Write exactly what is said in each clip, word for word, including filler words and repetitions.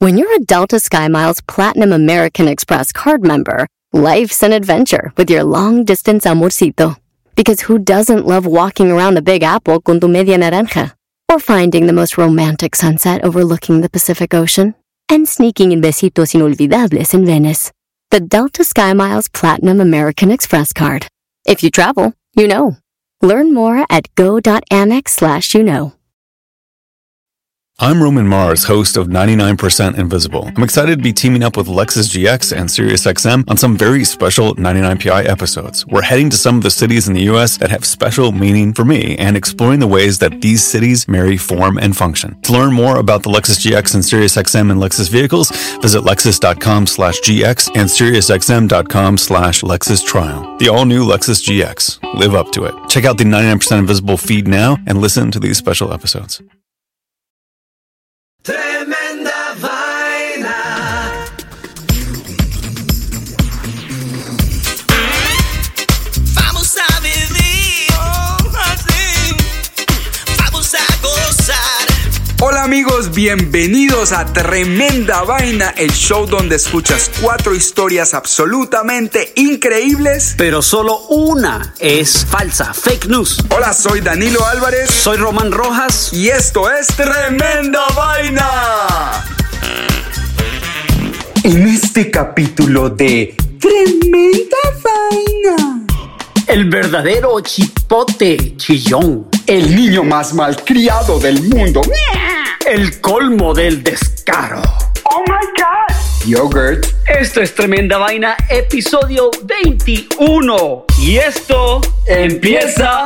When you're a Delta SkyMiles Platinum American Express card member, life's an adventure with your long-distance amorcito. Because who doesn't love walking around the Big Apple con tu media naranja? Or finding the most romantic sunset overlooking the Pacific Ocean? And sneaking in besitos inolvidables in Venice. The Delta SkyMiles Platinum American Express card. If you travel, you know. Learn more at go.amex slash you know. I'm Roman Mars, host of ninety-nine percent Invisible. I'm excited to be teaming up with Lexus G X and SiriusXM on some very special ninety-nine P I episodes. We're heading to some of the cities in the U S that have special meaning for me and exploring the ways that these cities marry form and function. To learn more about the Lexus G X and SiriusXM and Lexus vehicles, visit lexus.com slash GX and SiriusXM.com slash Lexus Trial. The all-new Lexus G X. Live up to it. Check out the ninety-nine percent Invisible feed now and listen to these special episodes. Tremenda vaina. Vamos a vivir así. Vamos a gozar. Hola amigos, bienvenidos a Tremenda Vaina, el show donde escuchas cuatro historias absolutamente increíbles, pero solo una es falsa, fake news. Hola, soy Danilo Álvarez. Soy Román Rojas. Y esto es Tremenda Vaina. En este capítulo de Tremenda Vaina, el verdadero chipote chillón, el niño más malcriado del mundo, el colmo del descaro. Oh my God. Yogurt. Esto es Tremenda Vaina, episodio veintiuno. Y esto empieza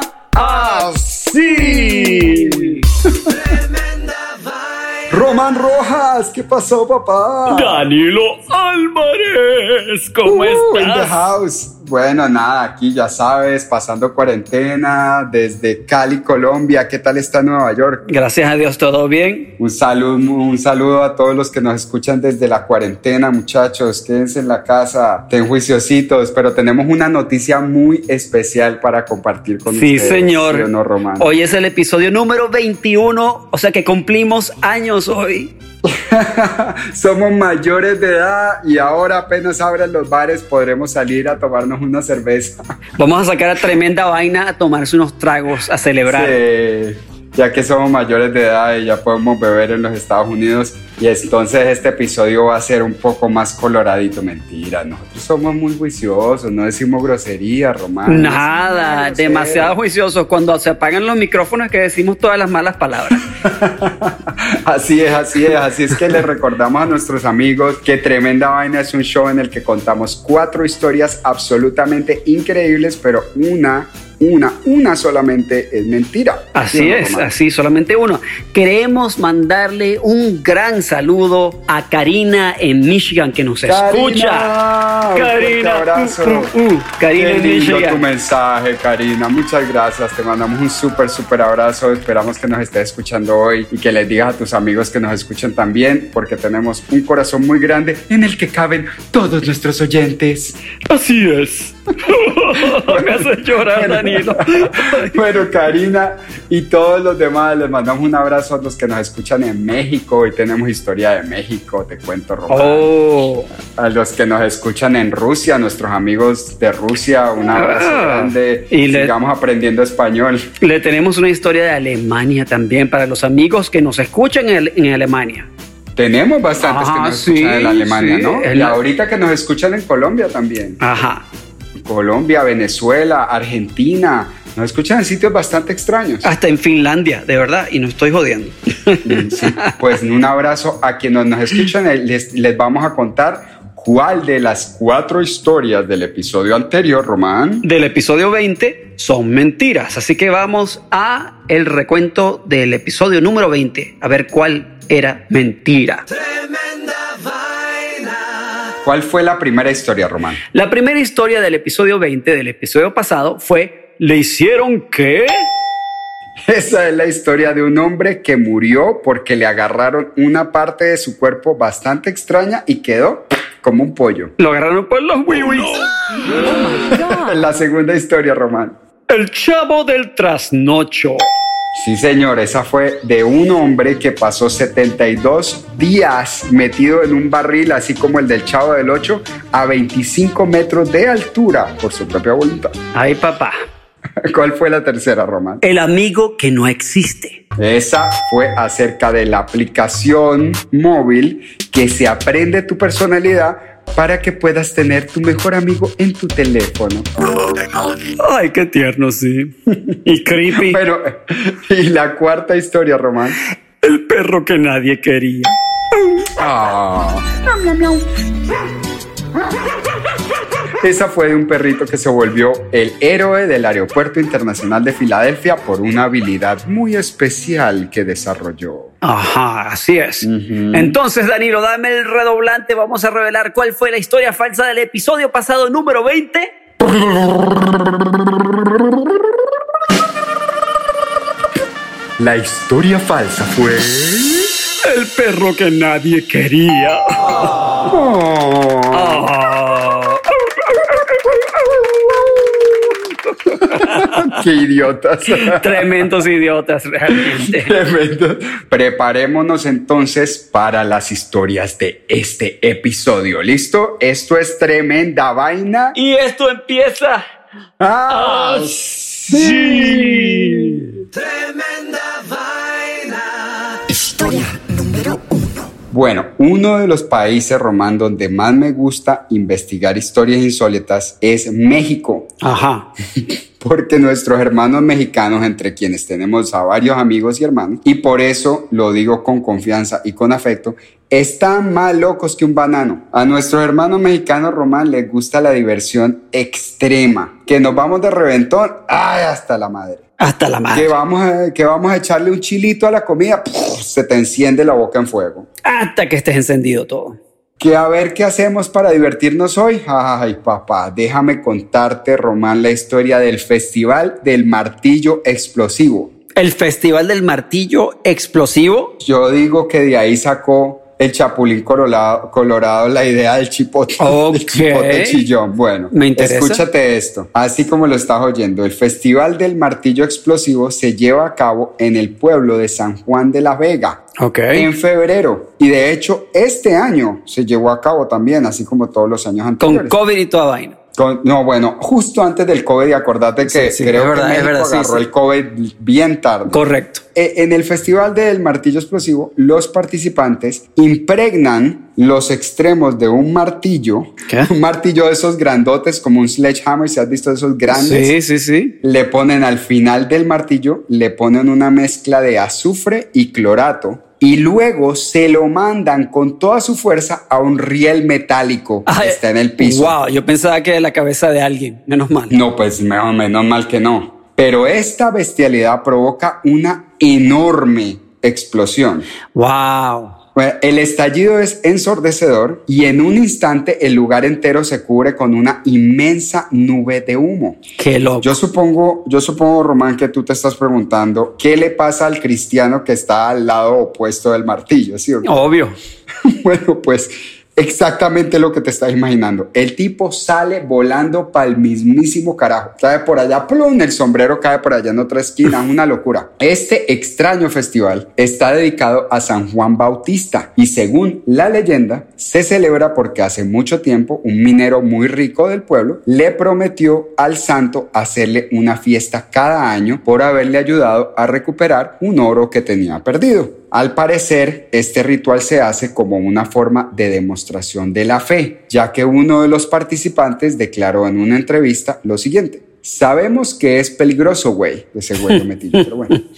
así. Tremenda vaina. Román Rojas, ¿qué pasó, papá? Danilo Álvarez, ¿cómo uh, estás? In the house. Bueno, nada, aquí ya sabes, pasando cuarentena desde Cali, Colombia. ¿Qué tal está Nueva York? Gracias a Dios, ¿todo bien? Un saludo, un saludo a todos los que nos escuchan desde la cuarentena, muchachos. Quédense en la casa, ten juiciositos, pero tenemos una noticia muy especial para compartir con sí, ustedes. Sí, señor. ¿Sí o no, Román? Hoy es el episodio número veintiuno, o sea que cumplimos años hoy. Somos mayores de edad y ahora apenas abren los bares podremos salir a tomarnos una cerveza. Vamos a sacar a Tremenda Vaina a tomarse unos tragos, a celebrar. Sí, ya que somos mayores de edad y ya podemos beber en los Estados Unidos. Y entonces este episodio va a ser un poco más coloradito. Mentira, nosotros somos muy juiciosos, no decimos grosería, Román. Nada, no demasiado juiciosos. Cuando se apagan los micrófonos que decimos todas las malas palabras. Así es, así es, así es que les recordamos a nuestros amigos que Tremenda Vaina es un show en el que contamos cuatro historias absolutamente increíbles, pero una... Una, una solamente es mentira. Así ¿Sí, es, Román? así, solamente uno. Queremos mandarle un gran saludo a Karina en Michigan que nos Karina, escucha. un Karina, abrazo. Uh, uh, uh, Karina Qué en lindo Michigan. tu mensaje, Karina. Muchas gracias. Te mandamos un súper, súper abrazo. Esperamos que nos estés escuchando hoy y que les digas a tus amigos que nos escuchen también, porque tenemos un corazón muy grande en el que caben todos nuestros oyentes. Así es. Me hace llorar, Danilo. Bueno, Karina y todos los demás, les mandamos un abrazo a los que nos escuchan en México. Hoy tenemos historia de México, te cuento, Román. Oh. A los que nos escuchan en Rusia, nuestros amigos de Rusia, un abrazo Ah. grande. Y le- sigamos aprendiendo español. Le tenemos una historia de Alemania también para los amigos que nos escuchan en, en Alemania. Tenemos bastantes Ajá, que nos sí, escuchan en Alemania, sí, ¿no? es Y la- ahorita que nos escuchan en Colombia también. Ajá. Colombia, Venezuela, Argentina. Nos escuchan en sitios bastante extraños. Hasta en Finlandia, de verdad, y no estoy jodiendo. Sí, pues un abrazo a quienes nos escuchan. Les, les vamos a contar cuál de las cuatro historias del episodio anterior, Román, Del episodio veinte son mentiras. Así que vamos a el recuento del episodio número veinte. A ver cuál era mentira. Tremenda vaina. ¿cuál fue la primera historia, Román? La primera historia del episodio veinte, del episodio pasado, fue ¿le hicieron qué? Esa es la historia de un hombre que murió porque le agarraron una parte de su cuerpo bastante extraña y quedó como un pollo. Lo agarraron por los wiwis. La segunda historia, Román. El chavo del trasnocho. Sí, señor, esa fue de un hombre que pasó setenta y dos días metido en un barril, así como el del Chavo del Ocho, a veinticinco metros de altura por su propia voluntad. Ay, papá. ¿Cuál fue la tercera, Román? El amigo que no existe. Esa fue acerca de la aplicación móvil que se aprende tu personalidad para que puedas tener tu mejor amigo en tu teléfono. Ay, qué tierno, sí. Y creepy. Pero, y la cuarta historia, Román. El perro que nadie quería. Ah. Esa fue de un perrito que se volvió el héroe del Aeropuerto Internacional de Filadelfia por una habilidad muy especial que desarrolló. Ajá, así es. Uh-huh. Entonces, Danilo, dame el redoblante. Vamos a revelar cuál fue la historia falsa del episodio pasado número veinte. La historia falsa fue... El perro que nadie quería. Oh. Ah. ¡Qué idiotas! Tremendos idiotas, realmente. Tremendo. Preparémonos entonces para las historias de este episodio. ¿Listo? Esto es Tremenda Vaina. Y esto empieza... ¡Ah, sí! Tremenda vaina. Historia número uno. Bueno, uno de los países, Román, donde más me gusta investigar historias insólitas es México. Ajá. Porque nuestros hermanos mexicanos, entre quienes tenemos a varios amigos y hermanos, y por eso lo digo con confianza y con afecto, están más locos que un banano. A nuestros hermanos mexicanos, Román, les gusta la diversión extrema. Que nos vamos de reventón, ¡ay, hasta la madre! Hasta la madre. Que vamos a, que vamos a echarle un chilito a la comida, ¡puf! Se te enciende la boca en fuego. Hasta que estés encendido todo. Que a ver qué hacemos para divertirnos hoy. Ay, papá, déjame contarte, Román, la historia del Festival del Martillo Explosivo. El Festival del Martillo Explosivo. Yo digo que de ahí sacó el Chapulín Colorado, Colorado la idea del chipote, Okay. del chipote chillón. Bueno, me interesa. Escúchate esto, así como lo estás oyendo. El Festival del Martillo Explosivo se lleva a cabo en el pueblo de San Juan de la Vega. Ok. En febrero. Y de hecho, este año se llevó a cabo también, así como todos los años anteriores. Con COVID y toda vaina. Con, no, bueno, justo antes del COVID, y acordate que Sí, sí, creo es verdad, que México es verdad, sí, agarró sí. el COVID bien tarde. Correcto. Eh, En el Festival del Martillo Explosivo, los participantes impregnan los extremos de un martillo, ¿Qué? un martillo de esos grandotes, como un sledgehammer, si has visto esos grandes. Sí, sí, sí. Le ponen al final del martillo, le ponen una mezcla de azufre y clorato y luego se lo mandan con toda su fuerza a un riel metálico que Ay, está en el piso. Wow, yo pensaba que era la cabeza de alguien. Menos mal. No, pues menos, menos mal que no. Pero esta bestialidad provoca una enorme explosión. Wow. Bueno, el estallido es ensordecedor y en un instante el lugar entero se cubre con una inmensa nube de humo. Qué loco. Yo supongo, yo supongo, Román, que tú te estás preguntando qué le pasa al cristiano que está al lado opuesto del martillo, ¿sí o no? Obvio. Bueno, pues exactamente lo que te estás imaginando. El tipo sale volando para el mismísimo carajo. Cae por allá, plum, el sombrero cae por allá en otra esquina. Una locura. Este extraño festival está dedicado a San Juan Bautista y según la leyenda se celebra porque hace mucho tiempo un minero muy rico del pueblo le prometió al santo hacerle una fiesta cada año por haberle ayudado a recuperar un oro que tenía perdido. Al parecer, este ritual se hace como una forma de demostración de la fe, ya que uno de los participantes declaró en una entrevista lo siguiente: sabemos que es peligroso, güey. Ese güey lo metí yo, pero bueno.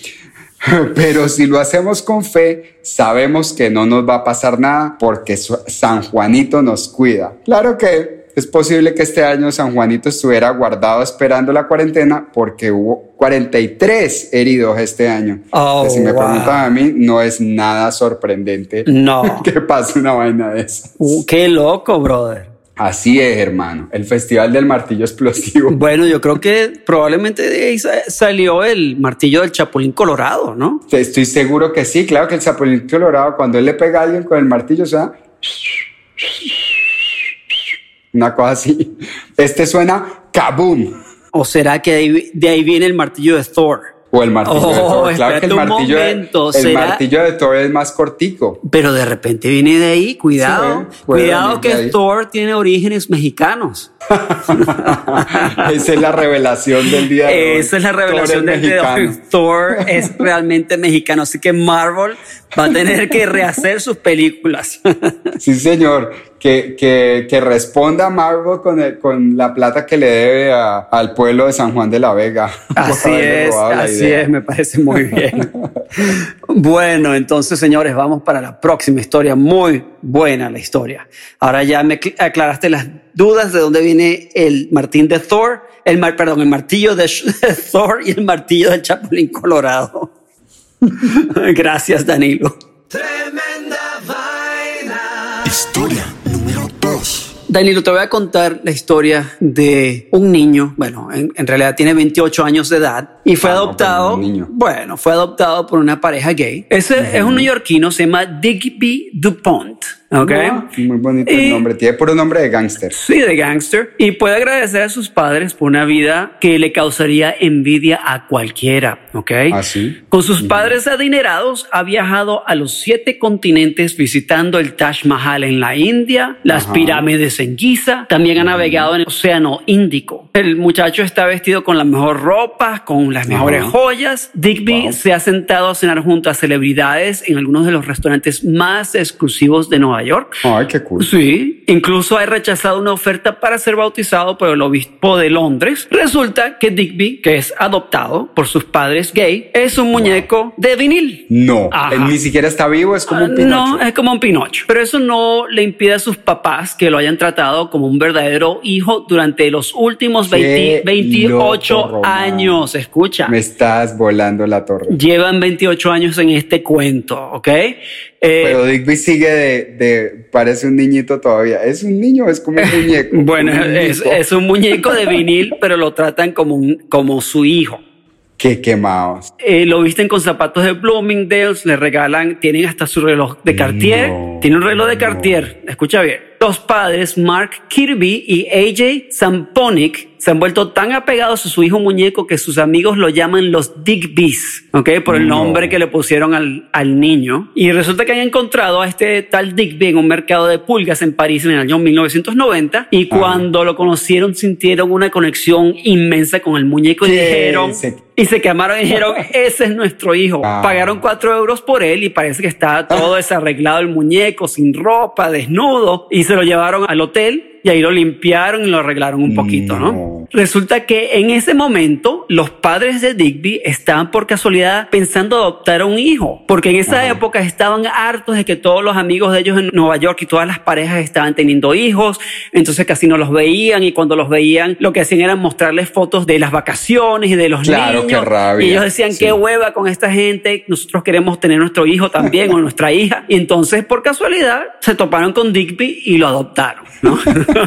Pero si lo hacemos con fe, sabemos que no nos va a pasar nada porque San Juanito nos cuida. Claro que es posible que este año San Juanito estuviera guardado esperando la cuarentena porque hubo cuarenta y tres heridos este año. Oh, que si me wow. preguntan a mí, no es nada sorprendente No. que pase una vaina de esas. Uh, qué loco, brother. Así es, hermano. El Festival del Martillo Explosivo. Bueno, yo creo que probablemente de ahí sa- salió el martillo del Chapulín Colorado, ¿no? Estoy seguro que sí. Claro que el Chapulín Colorado, cuando él le pega a alguien con el martillo, o sea, una cosa así. Este suena kaboom. ¿O será que de ahí, de ahí viene el martillo de Thor? O el martillo Oh, de Thor. Claro que el martillo, momento, de, el ¿será? martillo de Thor es más cortico. Pero de repente viene de ahí, cuidado. Sí, puede cuidado venir de que ahí. Thor tiene orígenes mexicanos. Esa es la revelación del día de hoy. Esa es la revelación Thor es del día de hoy. mexicano. Thor es realmente mexicano, así que Marvel va a tener que rehacer sus películas. Sí, señor. Que, que, que responda Marvel con, el, con la plata que le debe a, al pueblo de San Juan de la Vega. por Así haberle es, robado la así idea. es, me parece muy bien. Bueno, entonces, señores, vamos para la próxima historia. Muy buena la historia. Ahora ya me cl- aclaraste las dudas de dónde viene el martín de Thor, el mar, perdón, el martillo de, de Thor y el martillo del Chapulín Colorado. Gracias, Danilo. Tremenda vaina. Historia número dos. Danilo, te voy a contar la historia de un niño, bueno, en, en realidad tiene veintiocho años de edad y fue Ah, no, adoptado, pero un niño. bueno, fue adoptado por una pareja gay. Ese uh-huh. es un neoyorquino, se llama Digby DuPont, ¿ok? No, muy bonito Y- el nombre. Tiene puro nombre de gángster. Sí, de gangster. Y puede agradecer a sus padres por una vida que le causaría envidia a cualquiera, ¿ok? ¿Ah, sí? Con sus padres adinerados ha viajado a los siete continentes visitando el Taj Mahal en la India, las Ajá. pirámides en Giza, también ha navegado en el Océano Índico. El muchacho está vestido con la mejor ropa, con las mejores Ajá. joyas. Digby Wow. se ha sentado a cenar junto a celebridades en algunos de los restaurantes más exclusivos de Nueva York. Ay, qué cool. Sí, incluso ha rechazado una oferta para ser bautizado por el obispo de Londres. Resulta que Digby, que es adoptado por sus padres gay, es un muñeco de vinil. No, Ajá. él ni siquiera está vivo, es como un Ah, Pinocho. No, es como un Pinocho. Pero eso no le impide a sus papás que lo hayan tratado como un verdadero hijo durante los últimos veinte, Qué veintiocho loco, Román. años. Escucha. Me estás volando la torre. Llevan veintiocho años en este cuento, ¿ok? Eh, Pero Digby sigue de, de... Parece un niñito todavía. ¿Es un niño o es como un muñeco? Bueno, Un es, muñeco. es un muñeco de vinil, pero lo tratan como, un, como su hijo. Qué quemados. Eh, lo visten con zapatos de Bloomingdale's, le regalan, tienen hasta su reloj de Cartier. No, Tiene un reloj de no. Cartier. Escucha bien. Los padres Mark Kirby y A J Samponic se han vuelto tan apegados a su hijo muñeco que sus amigos lo llaman los Digbys, ¿ok? Por el No. nombre que le pusieron al, al niño. Y resulta que han encontrado a este tal Digby en un mercado de pulgas en París en el año mil novecientos noventa y Ajá. cuando lo conocieron sintieron una conexión inmensa con el muñeco y ¿Qué? dijeron... Se- Y se quemaron y dijeron, ese es nuestro hijo. Ah. Pagaron cuatro euros por él y parece que estaba todo desarreglado el muñeco, sin ropa, desnudo. Y se lo llevaron al hotel y ahí lo limpiaron y lo arreglaron un poquito, ¿no? No. Resulta que en ese momento los padres de Digby estaban por casualidad pensando adoptar a un hijo. Porque en esa Ajá. época estaban hartos de que todos los amigos de ellos en Nueva York y todas las parejas estaban teniendo hijos. Entonces casi no los veían y cuando los veían lo que hacían era mostrarles fotos de las vacaciones y de los Claro, niños. qué rabia. Y ellos decían, Sí. qué hueva con esta gente, nosotros queremos tener nuestro hijo también o nuestra hija. Y entonces, por casualidad, se toparon con Digby y lo adoptaron, ¿no?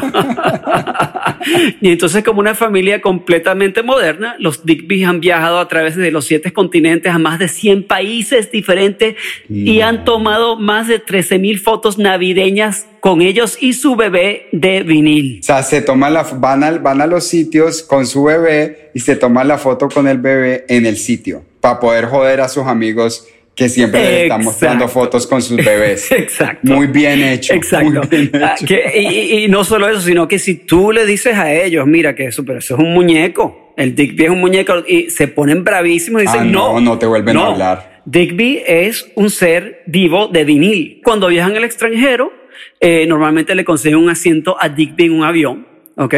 Y entonces, como una familia completamente moderna, los Digbys han viajado a través de los siete continentes a más de cien países diferentes y No. han tomado más de trece mil fotos navideñas con ellos y su bebé de vinil. O sea, se toma la, van, a, van a los sitios con su bebé y se toma la foto con el bebé en el sitio para poder joder a sus amigos que siempre les están Exacto. mostrando fotos con sus bebés. Exacto. Muy bien hecho. Exacto. Muy bien Ah, hecho. que- y, y no solo eso, sino que si tú le dices a ellos, mira que eso, pero eso es un muñeco, el Digby es un muñeco, y se ponen bravísimos y dicen, Ah, no, no, no te vuelven a hablar. Digby es un ser vivo de vinil. Cuando viajan al extranjero, eh, normalmente le consiguen un asiento a Digby en un avión, ¿ok?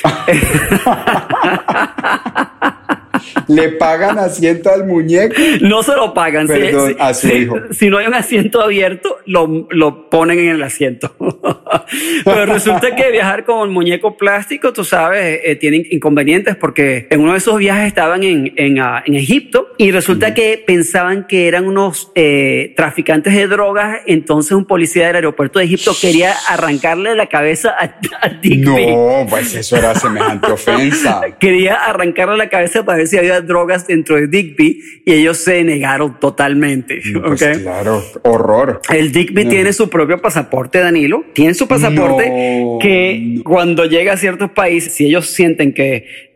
Le pagan asiento al muñeco. No se lo pagan. Si- Perdón, si, a su si- hijo. si no hay un asiento abierto, lo, lo ponen en el asiento. Pero resulta que viajar con el muñeco plástico, tú sabes, eh, tiene inconvenientes porque en uno de esos viajes estaban en, en, uh, en Egipto y resulta que pensaban que eran unos eh, traficantes de drogas. Entonces un policía del aeropuerto de Egipto quería arrancarle la cabeza a, a Digby. No, pues eso era semejante ofensa. Quería arrancarle la cabeza para ver si había drogas dentro de Digby y ellos se negaron totalmente. No, pues ¿ok? claro, horror. El Digby No. tiene su propio pasaporte, Danilo. Tiene su pasaporte No, que no. cuando llega a ciertos países, si ellos sienten que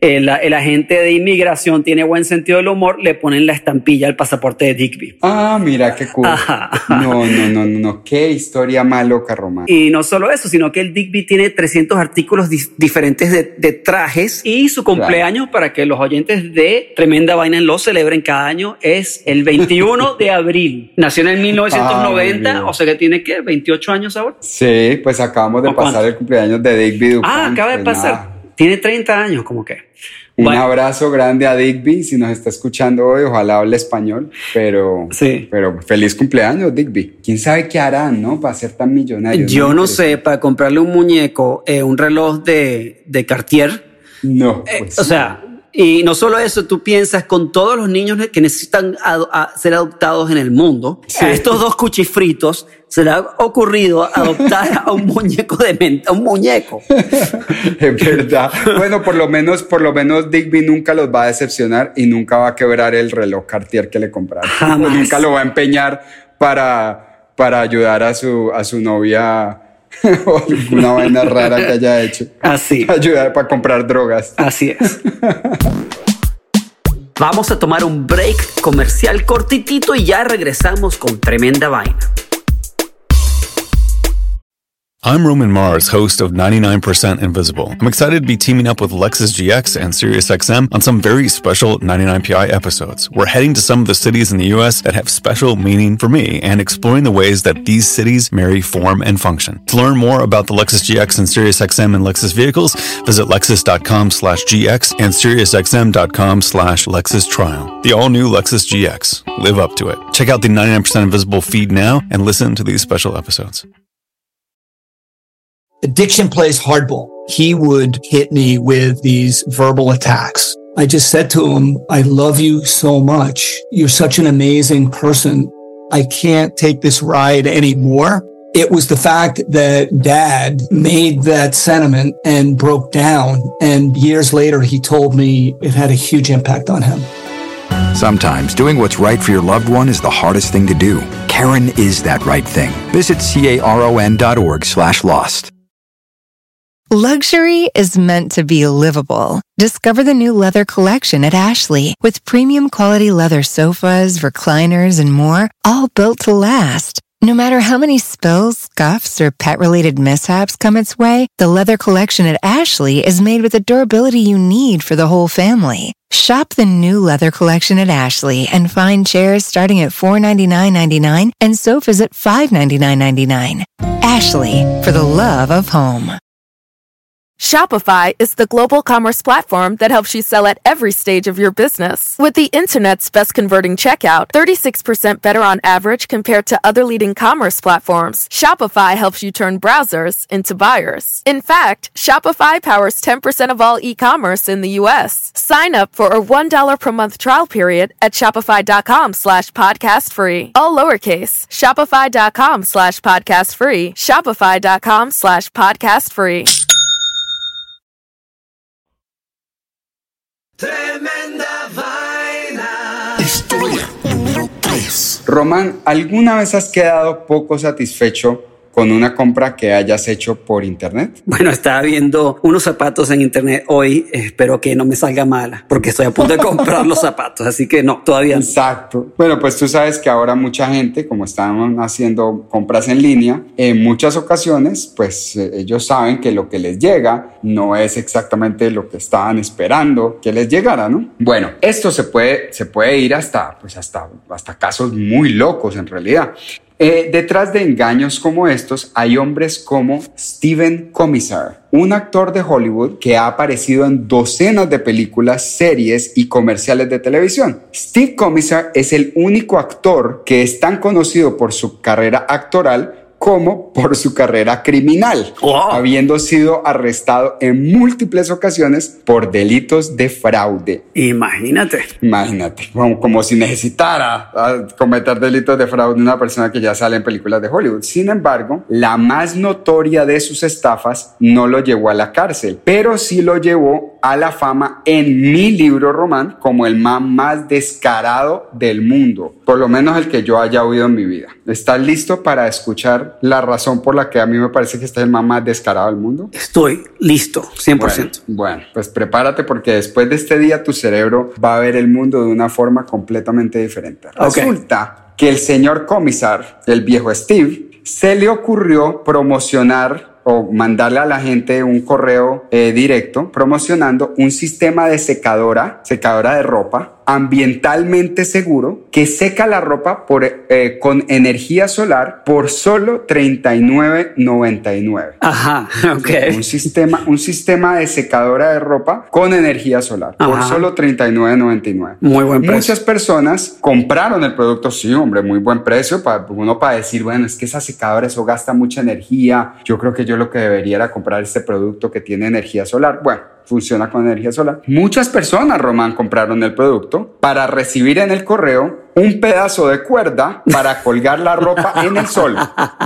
el, el agente de inmigración tiene buen sentido del humor, le ponen la estampilla al pasaporte de Digby. Ah, mira qué cool. Ajá, ajá. No, no, no, no, qué historia más loca, Román. Y no solo eso, sino que el Digby tiene trescientos artículos di- diferentes de, de trajes y su cumpleaños, claro, para que los oyentes de Tremenda Vaina lo celebren cada año, es el veintiuno de abril. Nació en el mil novecientos noventa, ah, o sea que tiene, ¿qué? veintiocho años ahora. Sí, pues acabamos de pasar cuánto? el cumpleaños de Digby Dupont. Ah, acaba de pues pasar. Nada. Tiene treinta años, como que. Un bueno. abrazo grande a Digby, si nos está escuchando hoy, ojalá hable español, pero, sí. pero feliz cumpleaños, Digby. ¿Quién sabe qué harán, no? Para ser tan millonarios. Yo no, no sé, para comprarle un muñeco, eh, un reloj de, de Cartier. No, pues. Eh, o sea, y no solo eso, tú piensas con todos los niños que necesitan ad- a ser adoptados en el mundo, sí. A estos dos cuchifritos se le ha ocurrido adoptar a un muñeco de menta, un muñeco. Es verdad. Bueno, por lo menos, por lo menos Digby nunca los va a decepcionar y nunca va a quebrar el reloj Cartier que le compraron. Jamás. Nunca lo va a empeñar para, para ayudar a su, a su novia o alguna vaina rara que haya hecho. Así. Para ayudar para comprar drogas. Así es. Vamos a tomar un break comercial cortitito y ya regresamos con Tremenda Vaina. I'm Roman Mars, host of ninety-nine percent Invisible. I'm excited to be teaming up with Lexus G X and SiriusXM on some very special ninety-nine P I episodes. We're heading to some of the cities in the U S that have special meaning for me and exploring the ways that these cities marry form and function. To learn more about the Lexus G X and SiriusXM and Lexus vehicles, visit lexus.com slash GX and SiriusXM.com slash Lexus Trial. The all-new Lexus G X. Live up to it. Check out the ninety-nine percent Invisible feed now and listen to these special episodes. Addiction plays hardball. He would hit me with these verbal attacks. I just said to him, I love you so much. You're such an amazing person. I can't take this ride anymore. It was the fact that Dad made that sentiment and broke down. And years later, he told me it had a huge impact on him. Sometimes doing what's right for your loved one is the hardest thing to do. Caron is that right thing. Visit caron dot org slash lost. Luxury is meant to be livable. Discover the new leather collection at Ashley with premium quality leather sofas, recliners, and more, all built to last. No matter how many spills, scuffs, or pet-related mishaps come its way, the leather collection at Ashley is made with the durability you need for the whole family. Shop the new leather collection at Ashley and find chairs starting at four hundred ninety-nine dollars and ninety-nine cents and sofas at five hundred ninety-nine dollars and ninety-nine cents. Ashley, for the love of home. Shopify is the global commerce platform that helps you sell at every stage of your business. With the internet's best converting checkout, thirty-six percent better on average compared to other leading commerce platforms, Shopify helps you turn browsers into buyers. In fact, Shopify powers ten percent of all e-commerce in the U S. Sign up for a one dollar per month trial period at shopify.com slash podcast free. All lowercase, shopify.com slash podcast free, shopify.com slash podcast free. Tremenda Vaina. Historia número tres. Román, ¿alguna vez has quedado poco satisfecho con una compra que hayas hecho por internet? Bueno, estaba viendo unos zapatos en internet hoy. Espero que no me salga mala, porque estoy a punto de comprar los zapatos, así que no, todavía no. Exacto. Bueno, pues tú sabes que ahora mucha gente, como están haciendo compras en línea, en muchas ocasiones, pues eh, ellos saben que lo que les llega no es exactamente lo que estaban esperando que les llegara, ¿no? Bueno, esto se puede, se puede ir hasta, pues hasta, hasta casos muy locos en realidad. Eh, detrás de engaños como estos hay hombres como Steven Commissar, un actor de Hollywood que ha aparecido en docenas de películas, series y comerciales de televisión. Steve Commissar es el único actor que es tan conocido por su carrera actoral como por su carrera criminal, wow, habiendo sido arrestado en múltiples ocasiones por delitos de fraude. Imagínate. Imagínate, como, como si necesitara cometer delitos de fraude una persona que ya sale en películas de Hollywood. Sin embargo, la más notoria de sus estafas no lo llevó a la cárcel, pero sí lo llevó a la fama en mi libro, Román, como el man más descarado del mundo, por lo menos el que yo haya oído en mi vida. ¿Estás listo para escuchar dar la razón por la que a mí me parece que este es el man más descarado del mundo? Estoy listo, cien por ciento. Bueno, bueno, pues prepárate porque después de este día tu cerebro va a ver el mundo de una forma completamente diferente. Okay. Resulta que el señor Comisar, el viejo Steve, se le ocurrió promocionar o mandarle a la gente un correo eh, directo promocionando un sistema de secadora, secadora de ropa, ambientalmente seguro, que seca la ropa por, eh, con energía solar por solo treinta y nueve noventa y nueve. Ajá, ok. Un sistema, un sistema de secadora de ropa con energía solar. Ajá. Por solo treinta y nueve noventa y nueve. Muy buen precio. Muchas personas compraron el producto, sí, hombre, muy buen precio, para uno para decir, bueno, es que esa secadora, eso gasta mucha energía, yo creo que yo lo que debería era comprar este producto que tiene energía solar. Bueno, funciona con energía solar. Muchas personas, Román, compraron el producto para recibir en el correo un pedazo de cuerda para colgar la ropa en el sol.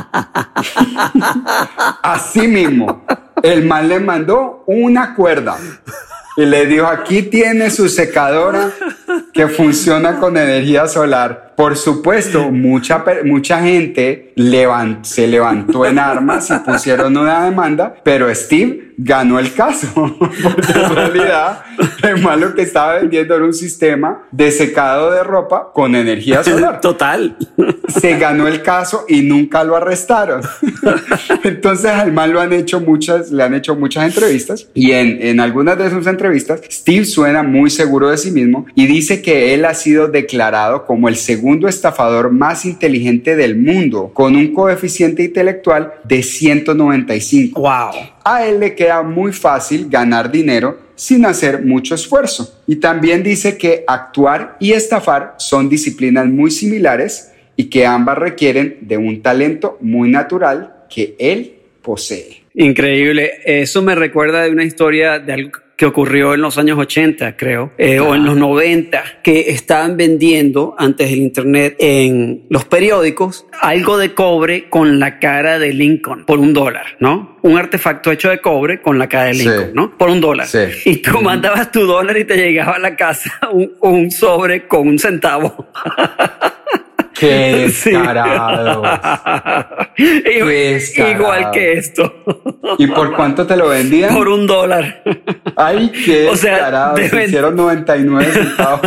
Así mismo, el man le mandó una cuerda y le dijo, aquí tiene su secadora que funciona con energía solar. Por supuesto, mucha, mucha gente levant, se levantó en armas y pusieron una demanda, pero Steve ganó el caso, porque en realidad el man lo que estaba vendiendo era un sistema de secado de ropa con energía solar. Total. Se ganó el caso y nunca lo arrestaron. Entonces al man lo han hecho muchas, le han hecho muchas entrevistas y en, en algunas de sus entrevistas Steve suena muy seguro de sí mismo y dice que él ha sido declarado como el segundo estafador más inteligente del mundo, con un coeficiente intelectual de ciento noventa y cinco. Wow. A él le queda muy fácil ganar dinero sin hacer mucho esfuerzo. Y también dice que actuar y estafar son disciplinas muy similares y que ambas requieren de un talento muy natural que él posee. Increíble. Eso me recuerda de una historia de algo que ocurrió en los años ochenta, creo, eh, o en los noventa, que estaban vendiendo antes del internet en los periódicos algo de cobre con la cara de Lincoln por un dólar, ¿no? Un artefacto hecho de cobre con la cara de Lincoln, sí. ¿no? Por un dólar. Sí. Y tú mandabas tu dólar y te llegaba a la casa un, un sobre con un centavo. ¡Qué descarado! Sí. Qué descarado. Igual que esto. ¿Y por cuánto te lo vendían? Por un dólar. ¡Ay, qué o sea, descarado! Se hicieron noventa y nueve centavos.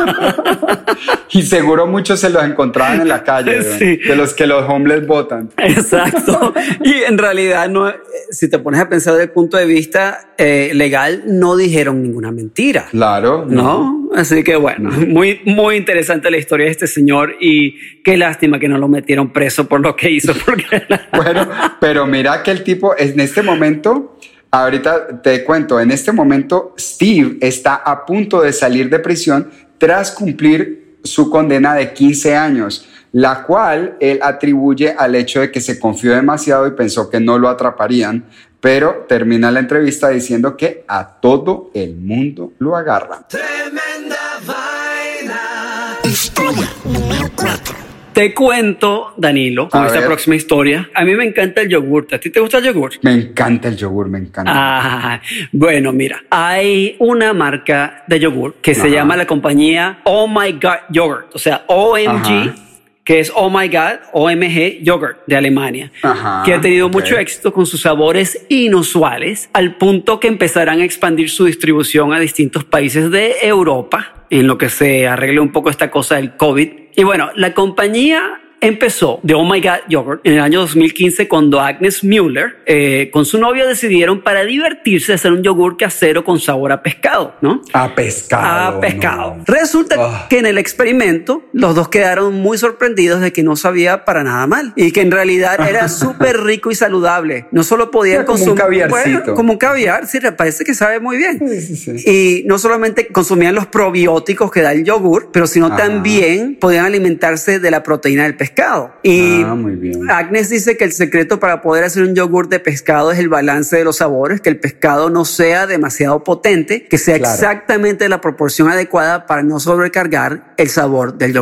Y seguro muchos se los encontraban en la calle, sí. De los que los homeless botan. Exacto. Y en realidad, no, si te pones a pensar desde el punto de vista eh, legal, no dijeron ninguna mentira. Claro. ¿No? ¿No? Así que bueno, muy, muy interesante la historia de este señor y qué lástima que no lo metieron preso por lo que hizo. Porque bueno, pero mira que el tipo en este momento, ahorita te cuento, en este momento Steve está a punto de salir de prisión tras cumplir su condena de quince años, la cual él atribuye al hecho de que se confió demasiado y pensó que no lo atraparían. Pero termina la entrevista diciendo que a todo el mundo lo agarran. Tremenda vaina. Historia número cuatro. Te cuento, Danilo, con a esta ver. próxima historia. A mí me encanta el yogurt. ¿A ti te gusta el yogurt? Me encanta el yogur, me encanta. Ah, bueno, mira, hay una marca de yogur que Ajá. se llama la compañía Oh My God Yogurt, o sea, O M G. Ajá. Que es Oh My God, O M G Yogurt de Alemania, Ajá, que ha tenido okay. mucho éxito con sus sabores inusuales, al punto que empezarán a expandir su distribución a distintos países de Europa, en lo que se arregle un poco esta cosa del COVID. Y bueno, la compañía empezó de Oh My God Yogurt en el año dos mil quince cuando Agnes Müller eh, con su novio decidieron para divertirse hacer un yogur casero con sabor a pescado, ¿no? A pescado. A pescado. No. Resulta oh. que en el experimento los dos quedaron muy sorprendidos de que no sabía para nada mal y que en realidad era súper rico y saludable. No solo podían como consumir... un caviarcito. Bueno, como un caviar, sí, parece que sabe muy bien. Sí, sí, sí. Y no solamente consumían los probióticos que da el yogur, pero sino ah. también podían alimentarse de la proteína del pescado. Y ah, muy bien. Agnes dice que el secreto para poder hacer un yogur de pescado es el balance de los sabores, que el pescado no sea demasiado potente, que sea claro. exactamente la proporción adecuada para no sobrecargar el sabor del yogur.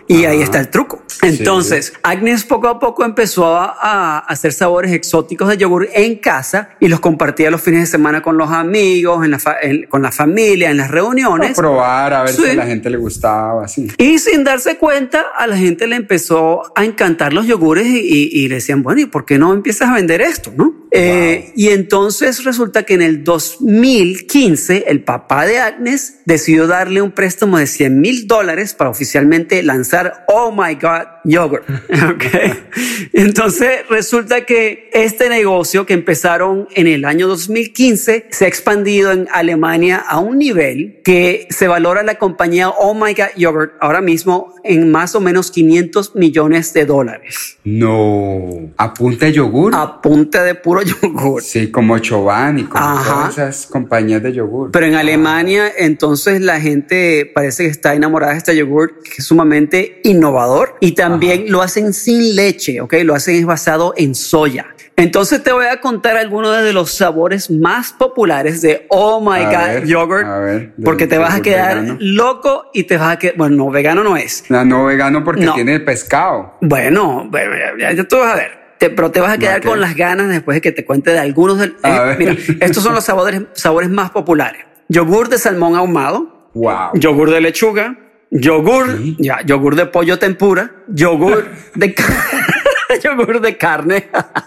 Y Ajá. ahí está el truco. Entonces, sí. Agnes poco a poco empezó a, a hacer sabores exóticos de yogur en casa y los compartía los fines de semana con los amigos, en la fa- en, con la familia, en las reuniones. A probar, a ver sí. si a la gente le gustaba, así. Y sin darse cuenta, a la gente le empezó a encantar los yogures y, y, y le decían, bueno, ¿y por qué no empiezas a vender esto, no? Wow. Eh, y entonces resulta que en el dos mil quince el papá de Agnes decidió darle un préstamo de cien mil dólares para oficialmente lanzar Oh My God Yogurt. Okay. Entonces resulta que este negocio que empezaron en el año dos mil quince se ha expandido en Alemania a un nivel que se valora la compañía Oh My God Yogurt ahora mismo en más o menos quinientos millones de dólares. No, ¿a punta de yogur? A punta de puro yogur. Sí, como Chobani, como Ajá. todas esas compañías de yogur. Pero en Alemania, entonces la gente parece que está enamorada de este yogur, que es sumamente innovador. Y también Ajá. lo hacen sin leche, ¿ok? Lo hacen es basado en soya. Entonces te voy a contar algunos de los sabores más populares de Oh My a God ver, Yogurt, a ver, porque te vas a quedar vegano. loco y te vas a quedar... Bueno, no, vegano no es. No, no vegano porque No. tiene pescado. Bueno, bueno, ya, ya tú vas a ver. Te, pero te vas a quedar Okay. con las ganas después de que te cuente de algunos. Del, A eh, ver. mira, estos son los sabores, sabores más populares. Yogur de salmón ahumado. Wow. Yogur de lechuga. Yogur, ¿Sí? ya, yogur de pollo tempura. Yogur de yogur de carne.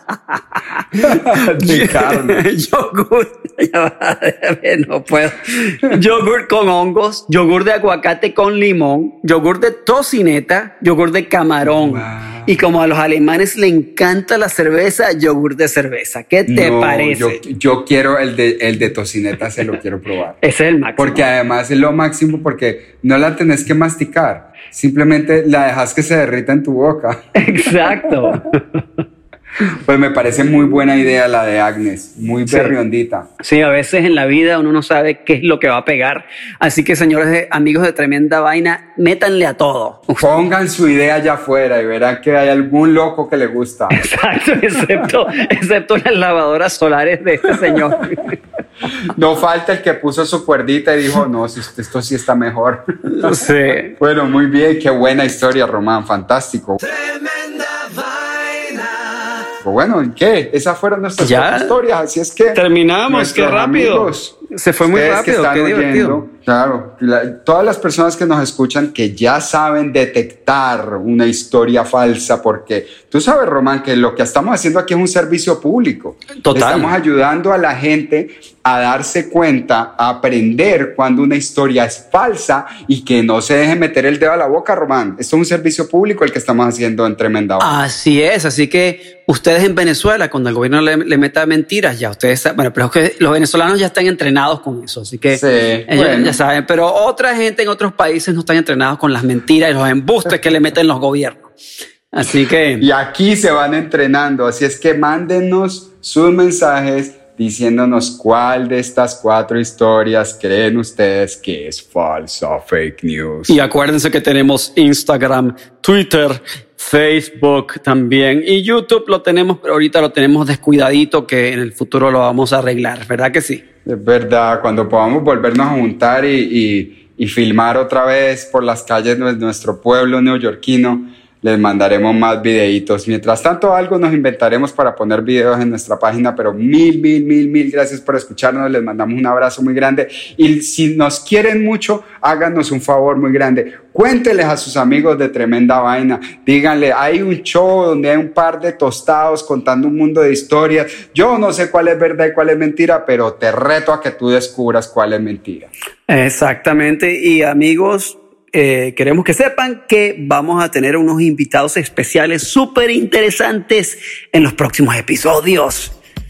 De carne. Yogur, ya va, no puedo. Yogur con hongos, yogur de aguacate con limón, yogur de tocineta, yogur de camarón. Wow. Y como a los alemanes le encanta la cerveza, yogur de cerveza. ¿Qué te No, parece? Yo, yo quiero el de, el de tocineta, se lo quiero probar. Ese es el máximo. Porque además es lo máximo porque no la tenés que masticar. Simplemente la dejas que se derrita en tu boca. Exacto. Pues me parece muy buena idea la de Agnes, muy Sí. perriondita. Sí, a veces en la vida uno no sabe qué es lo que va a pegar. Así que, señores, de, amigos de Tremenda Vaina, métanle a todo. Pongan su idea allá afuera y verán que hay algún loco que le gusta. Exacto, excepto, excepto las lavadoras solares de este señor. No falta el que puso su cuerdita y dijo, no, si esto sí está mejor. Sí. Bueno, muy bien, qué buena historia, Román, fantástico. Tremenda vaina. Bueno, ¿y qué? Esas fueron nuestras Ya. cuatro historias, así es que... Terminamos, qué nuestros rápido. amigos, Se fue muy ustedes rápido, que están qué oyendo, divertido. claro, la- todas las personas que nos escuchan que ya saben detectar una historia falsa, porque tú sabes, Román, que lo que estamos haciendo aquí es un servicio público. Total. Estamos ayudando a la gente a darse cuenta, a aprender cuando una historia es falsa y que no se deje meter el dedo a la boca, Román. Esto es un servicio público el que estamos haciendo en Tremenda Vaina. Así es, así que ustedes en Venezuela, cuando el gobierno le, le meta mentiras, ya ustedes saben, bueno, pero es que los venezolanos ya están entrenados con eso, así que Sí, ellos bueno. ya saben, pero otra gente en otros países no están entrenados con las mentiras y los embustes que le meten los gobiernos. Así que... Y aquí se van entrenando, así es que mándenos sus mensajes diciéndonos cuál de estas cuatro historias creen ustedes que es falsa, fake news. Y acuérdense que tenemos Instagram, Twitter, Facebook también y YouTube lo tenemos, pero ahorita lo tenemos descuidadito que en el futuro lo vamos a arreglar, ¿verdad que sí? Es verdad, cuando podamos volvernos a juntar y, y, y filmar otra vez por las calles de nuestro pueblo neoyorquino, les mandaremos más videitos. Mientras tanto, algo nos inventaremos para poner videos en nuestra página, pero mil, mil, mil, mil gracias por escucharnos. Les mandamos un abrazo muy grande. Y si nos quieren mucho, háganos un favor muy grande. Cuénteles a sus amigos de Tremenda Vaina. Díganle, hay un show donde hay un par de tostados contando un mundo de historias. Yo no sé cuál es verdad y cuál es mentira, pero te reto a que tú descubras cuál es mentira. Exactamente. Y amigos, Eh, queremos que sepan que vamos a tener unos invitados especiales súper interesantes en los próximos episodios.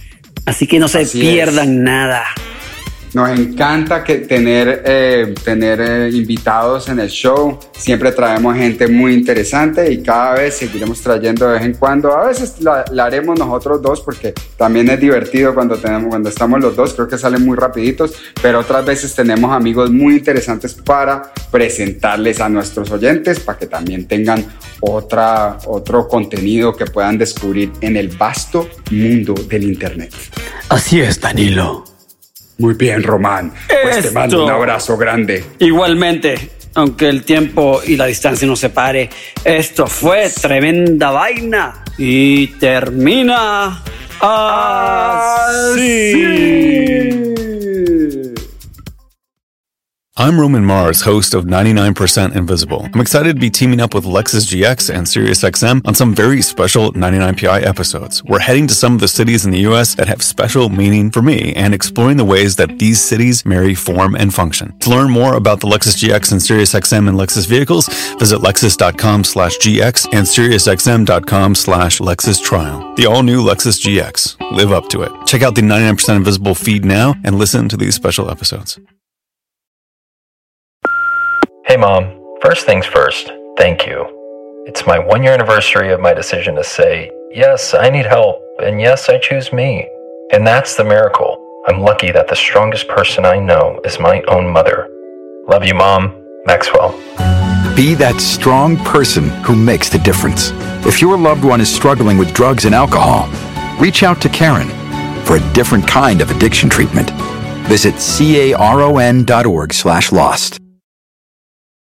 Así que no se Así pierdan es. nada. Nos encanta que tener, eh, tener eh, invitados en el show. Siempre traemos gente muy interesante y cada vez seguiremos trayendo de vez en cuando. A veces la, la haremos nosotros dos porque también es divertido cuando, tenemos, cuando estamos los dos. Creo que salen muy rapiditos, pero otras veces tenemos amigos muy interesantes para presentarles a nuestros oyentes para que también tengan otra, otro contenido que puedan descubrir en el vasto mundo del Internet. Así es, Danilo. Muy bien, Román. Pues te mando un abrazo grande. Igualmente. aunque el tiempo y la distancia nos separe. Esto fue Tremenda Vaina y termina así. I'm Roman Mars, host of ninety-nine percent Invisible. I'm excited to be teaming up with Lexus G X and SiriusXM on some very special ninety-nine P I episodes. We're heading to some of the cities in the U S that have special meaning for me and exploring the ways that these cities marry form and function. To learn more about the Lexus G X and SiriusXM and Lexus vehicles, visit lexus.com slash GX and SiriusXM.com slash Lexus Trial. The all-new Lexus G X. Live up to it. Check out the ninety-nine percent Invisible feed now and listen to these special episodes. Hey Mom, first things first, thank you. It's my one year anniversary of my decision to say, yes, I need help, and yes, I choose me. And that's the miracle. I'm lucky that the strongest person I know is my own mother. Love you, Mom. Maxwell. Be that strong person who makes the difference. If your loved one is struggling with drugs and alcohol, reach out to Caron for a different kind of addiction treatment. Visit caron.org slash lost.